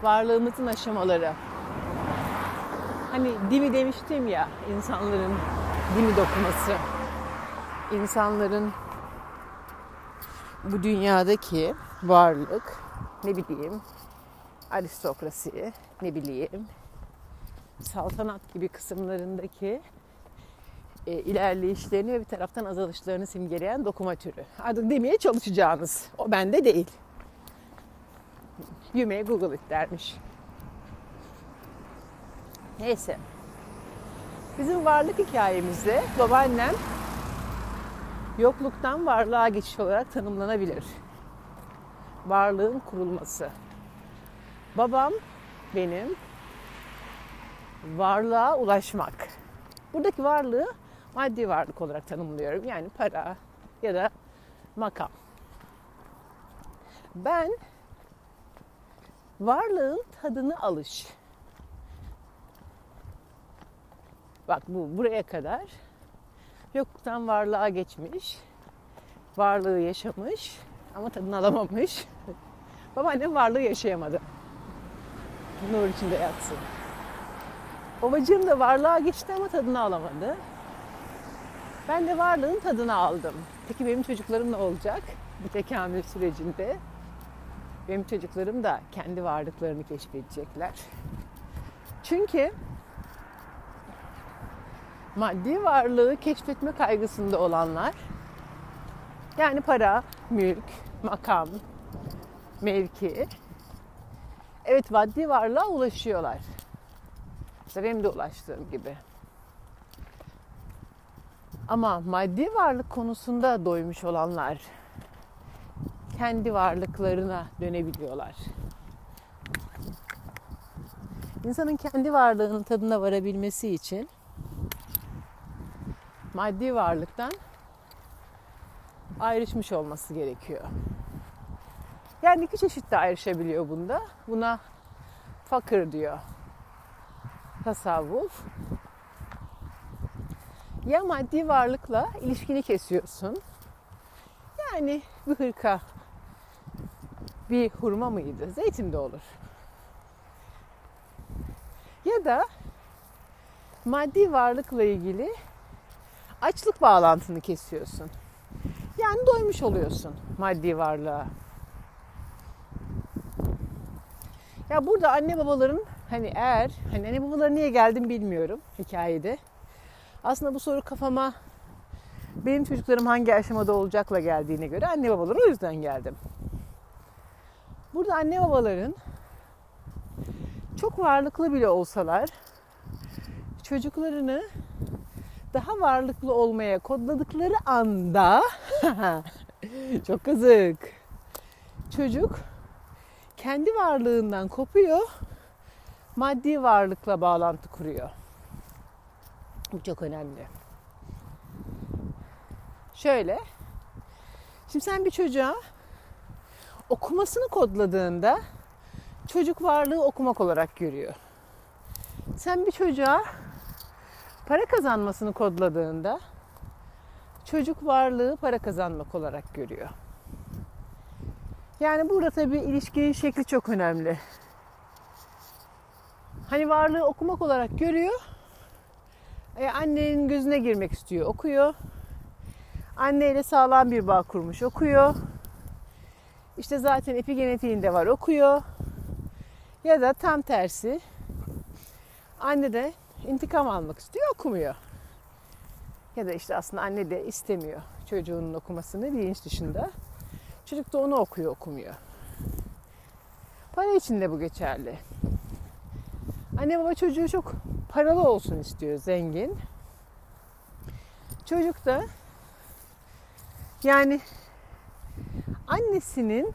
varlığımızın aşamaları. Hani dimi demiştim ya, insanların dimi dokuması. İnsanların bu dünyadaki varlık, ne bileyim, aristokrasi, ne bileyim, saltanat gibi kısımlarındaki ilerleyişlerini ve bir taraftan azalışlarını simgeleyen dokuma türü. Artık demeye çalışacağınız. O bende değil. You may Google it dermiş. Neyse. Bizim varlık hikayemizde babaannem yokluktan varlığa geçiş olarak tanımlanabilir. Varlığın kurulması. Babam benim varlığa ulaşmak. Buradaki varlığı maddi varlık olarak tanımlıyorum. Yani para ya da makam. Ben varlığın tadını alış. Bak bu buraya kadar yokluktan varlığa geçmiş, varlığı yaşamış ama tadını alamamış. Babaannem varlığı yaşayamadı. Nur içinde yatsın. Babacığım da varlığa geçti ama tadını alamadı. Ben de varlığın tadını aldım. Peki benim çocuklarım ne olacak bu tekamül sürecinde? Benim çocuklarım da kendi varlıklarını keşfedecekler. Çünkü maddi varlığı keşfetme kaygısında olanlar, yani para, mülk, makam, mevki, evet maddi varlığa ulaşıyorlar. İşte benim de ulaştığım gibi. Ama maddi varlık konusunda doymuş olanlar kendi varlıklarına dönebiliyorlar. İnsanın kendi varlığının tadına varabilmesi için maddi varlıktan ayrışmış olması gerekiyor. Yani iki çeşitte ayrışabiliyor bunda. Buna fakir diyor tasavvuf. Ya maddi varlıkla ilişkini kesiyorsun. Yani bir hırka, bir hurma mıydı? Zeytin de olur. Ya da maddi varlıkla ilgili açlık bağlantını kesiyorsun. Yani doymuş oluyorsun maddi varlığa. Ya burada anne babaların anne babaları niye geldim bilmiyorum hikayede. Aslında bu soru kafama benim çocuklarım hangi aşamada olacakla geldiğine göre anne babaları o yüzden geldim. Burada anne babaların çok varlıklı bile olsalar çocuklarını daha varlıklı olmaya kodladıkları anda çok kızık. Çocuk kendi varlığından kopuyor, maddi varlıkla bağlantı kuruyor. Bu çok önemli. Şöyle, şimdi sen bir çocuğa okumasını kodladığında çocuk varlığı okumak olarak görüyor. Sen bir çocuğa para kazanmasını kodladığında çocuk varlığı para kazanmak olarak görüyor. Yani burada tabii ilişkinin şekli çok önemli. Hani varlığı okumak olarak görüyor. Annenin gözüne girmek istiyor, okuyor. Anneyle sağlam bir bağ kurmuş, okuyor. İşte zaten epigenetiğinde var, okuyor. Ya da tam tersi. Anne de intikam almak istiyor, okumuyor. Ya da işte aslında anne de istemiyor çocuğunun okumasını bilinç dışında. Çocuk da onu okuyor, okumuyor. Para için de bu geçerli. Anne baba çocuğu çok paralı olsun istiyor, zengin. Çocuk da yani annesinin,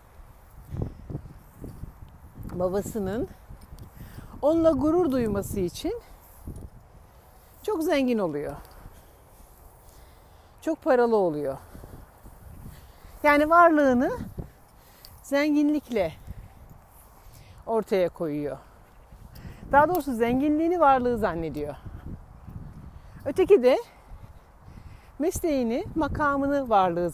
babasının onunla gurur duyması için çok zengin oluyor. Çok paralı oluyor. Yani varlığını zenginlikle ortaya koyuyor. Daha doğrusu zenginliğini varlığı zannediyor. Öteki de mesleğini, makamını varlığı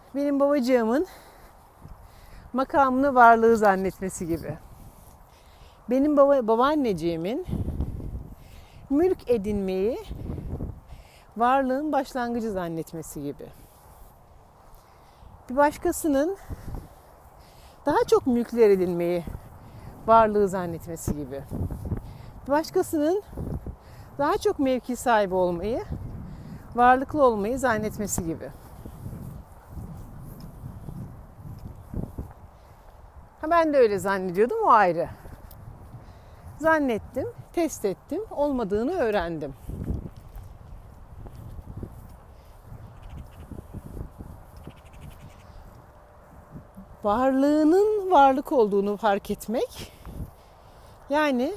benim babacığımın makamını varlığı zannetmesi gibi. Benim babaanneciğimin mülk edinmeyi varlığın başlangıcı zannetmesi gibi. Bir başkasının daha çok mülkler edinmeyi varlığı zannetmesi gibi. Bir başkasının daha çok mevki sahibi olmayı, varlıklı olmayı zannetmesi gibi. Ben de öyle zannediyordum, o ayrı. Zannettim, test ettim, olmadığını öğrendim. Varlığının varlık olduğunu fark etmek, yani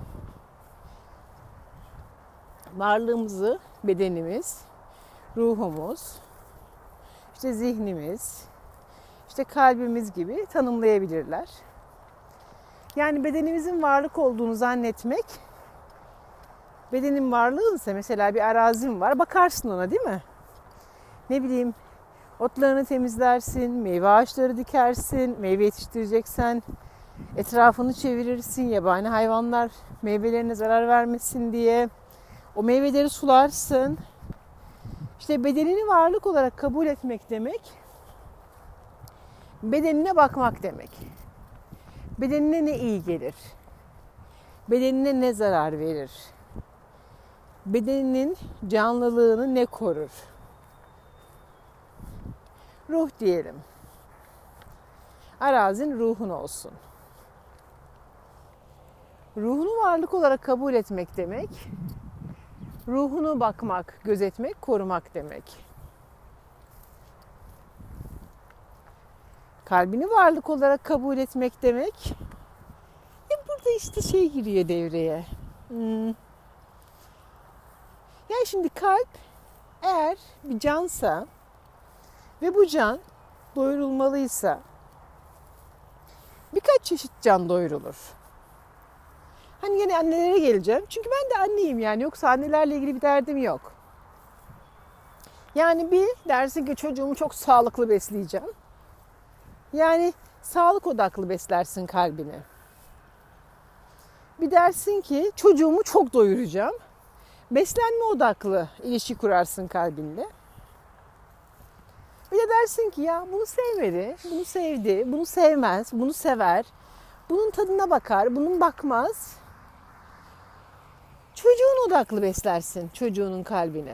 varlığımızı bedenimiz, ruhumuz, işte zihnimiz, işte kalbimiz gibi tanımlayabilirler. Yani bedenimizin varlık olduğunu zannetmek, bedenin varlığınsa mesela bir arazin var, bakarsın ona değil mi? Ne bileyim, otlarını temizlersin, meyve ağaçları dikersin, meyve yetiştireceksen etrafını çevirirsin, yabani hayvanlar meyvelerine zarar vermesin diye. O meyveleri sularsın. İşte bedenini varlık olarak kabul etmek demek, bedenine bakmak demek. Bedenine ne iyi gelir? Bedenine ne zarar verir? Bedeninin canlılığını ne korur? Ruh diyelim. Arazin ruhun olsun. Ruhunu varlık olarak kabul etmek demek, ruhunu bakmak, gözetmek, korumak demek. Kalbini varlık olarak kabul etmek demek, burada işte şey giriyor devreye. Yani şimdi kalp eğer bir cansa ve bu can doyurulmalıysa birkaç çeşit can doyurulur. Hani yine annelere geleceğim. Çünkü ben de anneyim yani. Yoksa annelerle ilgili bir derdim yok. Yani bir dersin ki çocuğumu çok sağlıklı besleyeceğim. Yani sağlık odaklı beslersin kalbini. Bir dersin ki çocuğumu çok doyuracağım. Beslenme odaklı ilişki kurarsın kalbinde. Bir de dersin ki ya bunu sevmedi, bunu sevdi, bunu sevmez, bunu sever. Bunun tadına bakar, bunun bakmaz. Çocuğun odaklı beslersin çocuğunun kalbini.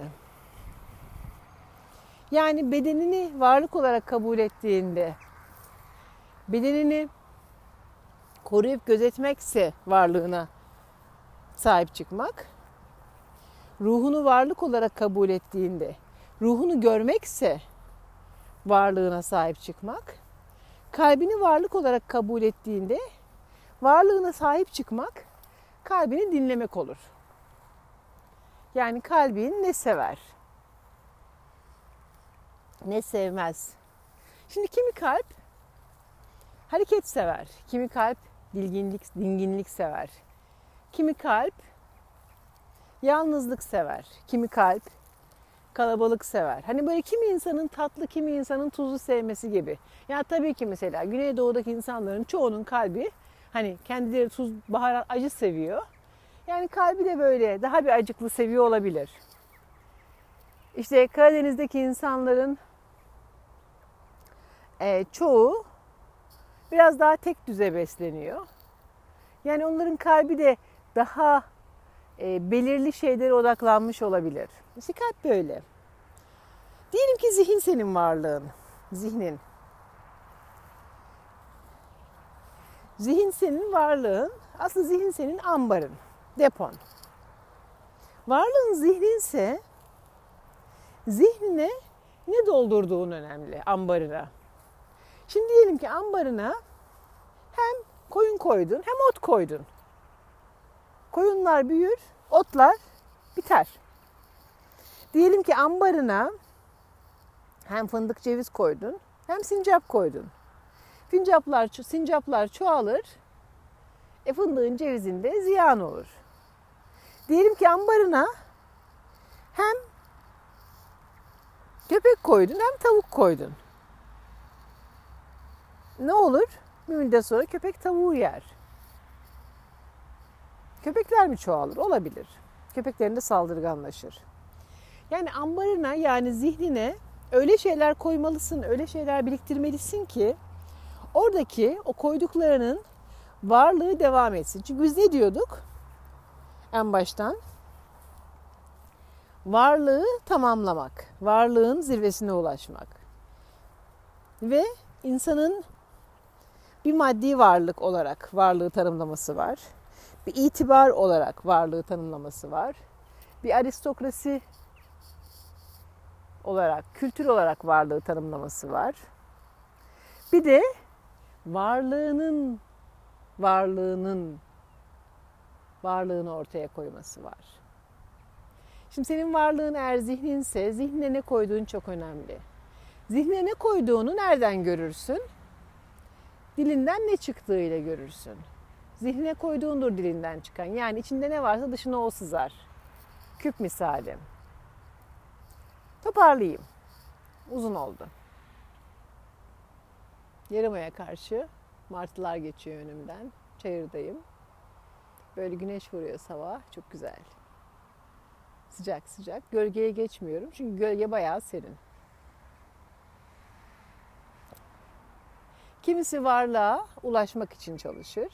Yani bedenini varlık olarak kabul ettiğinde, bedenini koruyup gözetmekse varlığına sahip çıkmak, ruhunu varlık olarak kabul ettiğinde, ruhunu görmekse varlığına sahip çıkmak, kalbini varlık olarak kabul ettiğinde varlığına sahip çıkmak, kalbini dinlemek olur. Yani kalbin ne sever, ne sevmez. Şimdi kimi kalp hareket sever, kimi kalp dinginlik sever, kimi kalp yalnızlık sever, kimi kalp kalabalık sever. Hani böyle kimi insanın tatlı, kimi insanın tuzlu sevmesi gibi. Ya tabii ki mesela Güneydoğu'daki insanların çoğunun kalbi hani kendileri tuz, baharat, acı seviyor. Yani kalbi de böyle daha bir acıklı seviyor olabilir. İşte Karadeniz'deki insanların çoğu biraz daha tek düze besleniyor. Yani onların kalbi de daha belirli şeylere odaklanmış olabilir. İşte kalp böyle. Diyelim ki zihin senin varlığın. Zihnin. Zihin senin varlığın. Aslında zihin senin ambarın. Depon. Varlığın zihninse zihnine ne doldurduğun önemli ambarına. Şimdi diyelim ki ambarına hem koyun koydun hem ot koydun. Koyunlar büyür, otlar biter. Diyelim ki ambarına hem fındık ceviz koydun hem sincap koydun. Sincaplar çoğalır, fındığın cevizinde ziyan olur. Diyelim ki ambarına hem köpek koydun hem tavuk koydun. ne olur? Bir müddet sonra köpek tavuğu yer. Köpekler mi çoğalır? Olabilir. Köpeklerin de saldırganlaşır. Yani ambarına, yani zihnine öyle şeyler koymalısın, öyle şeyler biriktirmelisin ki oradaki o koyduklarının varlığı devam etsin. Çünkü biz ne diyorduk en baştan? Varlığı tamamlamak, varlığın zirvesine ulaşmak. Ve insanın bir maddi varlık olarak varlığı tanımlaması var. Bir itibar olarak varlığı tanımlaması var. Bir aristokrasi olarak, kültür olarak varlığı tanımlaması var. Bir de varlığını ortaya koyması var. Şimdi senin varlığın eğer zihninse, zihnine ne koyduğun çok önemli. Zihnine ne koyduğunu nereden görürsün? Dilinden ne çıktığıyla görürsün. Zihnine koyduğundur dilinden çıkan. Yani içinde ne varsa dışına o sızar. Küp misali. Toparlayayım. Uzun oldu. Yarımaya karşı martılar geçiyor önümden. Çayırdayım. Böyle güneş vuruyor sabah. Çok güzel. Sıcak sıcak. Gölgeye geçmiyorum. Çünkü gölge bayağı serin. Kimisi varlığa ulaşmak için çalışır.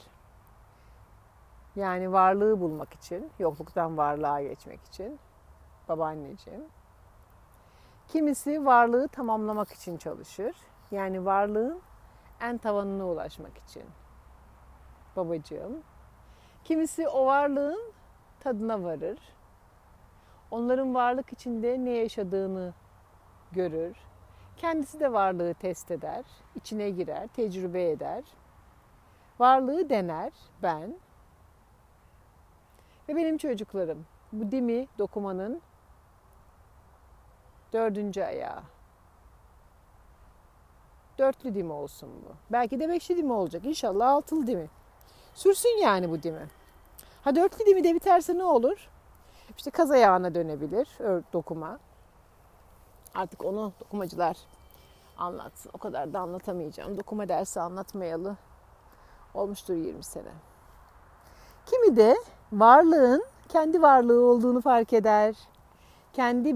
Yani varlığı bulmak için, yokluktan varlığa geçmek için. Babaanneciğim. Kimisi varlığı tamamlamak için çalışır. Yani varlığın en tavanına ulaşmak için. Babacığım. Kimisi o varlığın tadına varır. Onların varlık içinde ne yaşadığını görür. Kendisi de varlığı test eder, içine girer, tecrübe eder. Varlığı dener, ben. Ve benim çocuklarım. Bu dimi dokumanın 4. ayağı. 4'lü dimi olsun bu. Belki de 5'li dimi olacak. İnşallah 6'lı dimi. Sürsün yani bu dimi. Ha 4'lü dimi de biterse ne olur? İşte kaz ayağına dönebilir dokuma. Artık onu dokumacılar anlatsın. O kadar da anlatamayacağım. Dokuma dersi anlatmayalı olmuştur 20 sene. Kimi de varlığın kendi varlığı olduğunu fark eder. Kendi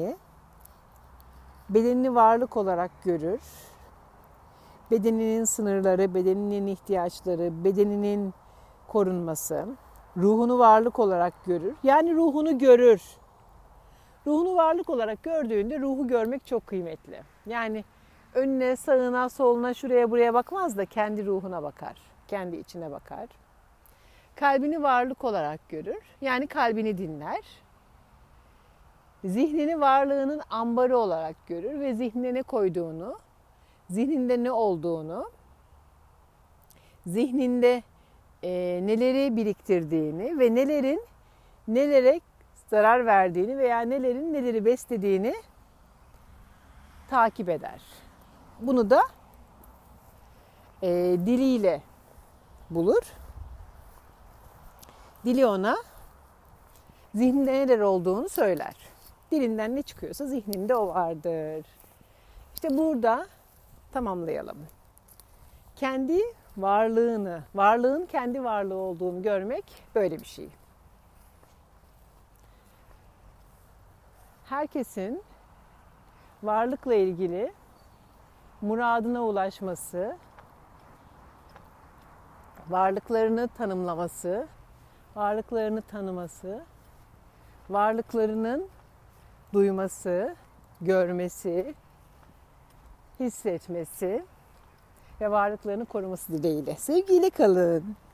bedenini varlık olarak görür. Bedeninin sınırları, bedeninin ihtiyaçları, bedeninin korunması, ruhunu varlık olarak görür. Yani ruhunu görür. Ruhunu varlık olarak gördüğünde ruhu görmek çok kıymetli. Yani önüne, sağına, soluna, şuraya, buraya bakmaz da kendi ruhuna bakar. Kendi içine bakar. Kalbini varlık olarak görür. Yani kalbini dinler. Zihnini varlığının ambarı olarak görür ve zihnine ne koyduğunu, zihninde ne olduğunu, zihninde neleri biriktirdiğini ve nelere zarar verdiğini veya neleri beslediğini takip eder. Bunu da diliyle bulur. Dili ona zihninde neler olduğunu söyler. Dilinden ne çıkıyorsa zihninde o vardır. İşte burada tamamlayalım. Kendi varlığın kendi varlığı olduğunu görmek böyle bir şey. Herkesin varlıkla ilgili muradına ulaşması, varlıklarını tanımlaması, varlıklarını tanıması, varlıklarının duyması, görmesi, hissetmesi ve varlıklarını koruması dileğiyle. Sevgiyle kalın.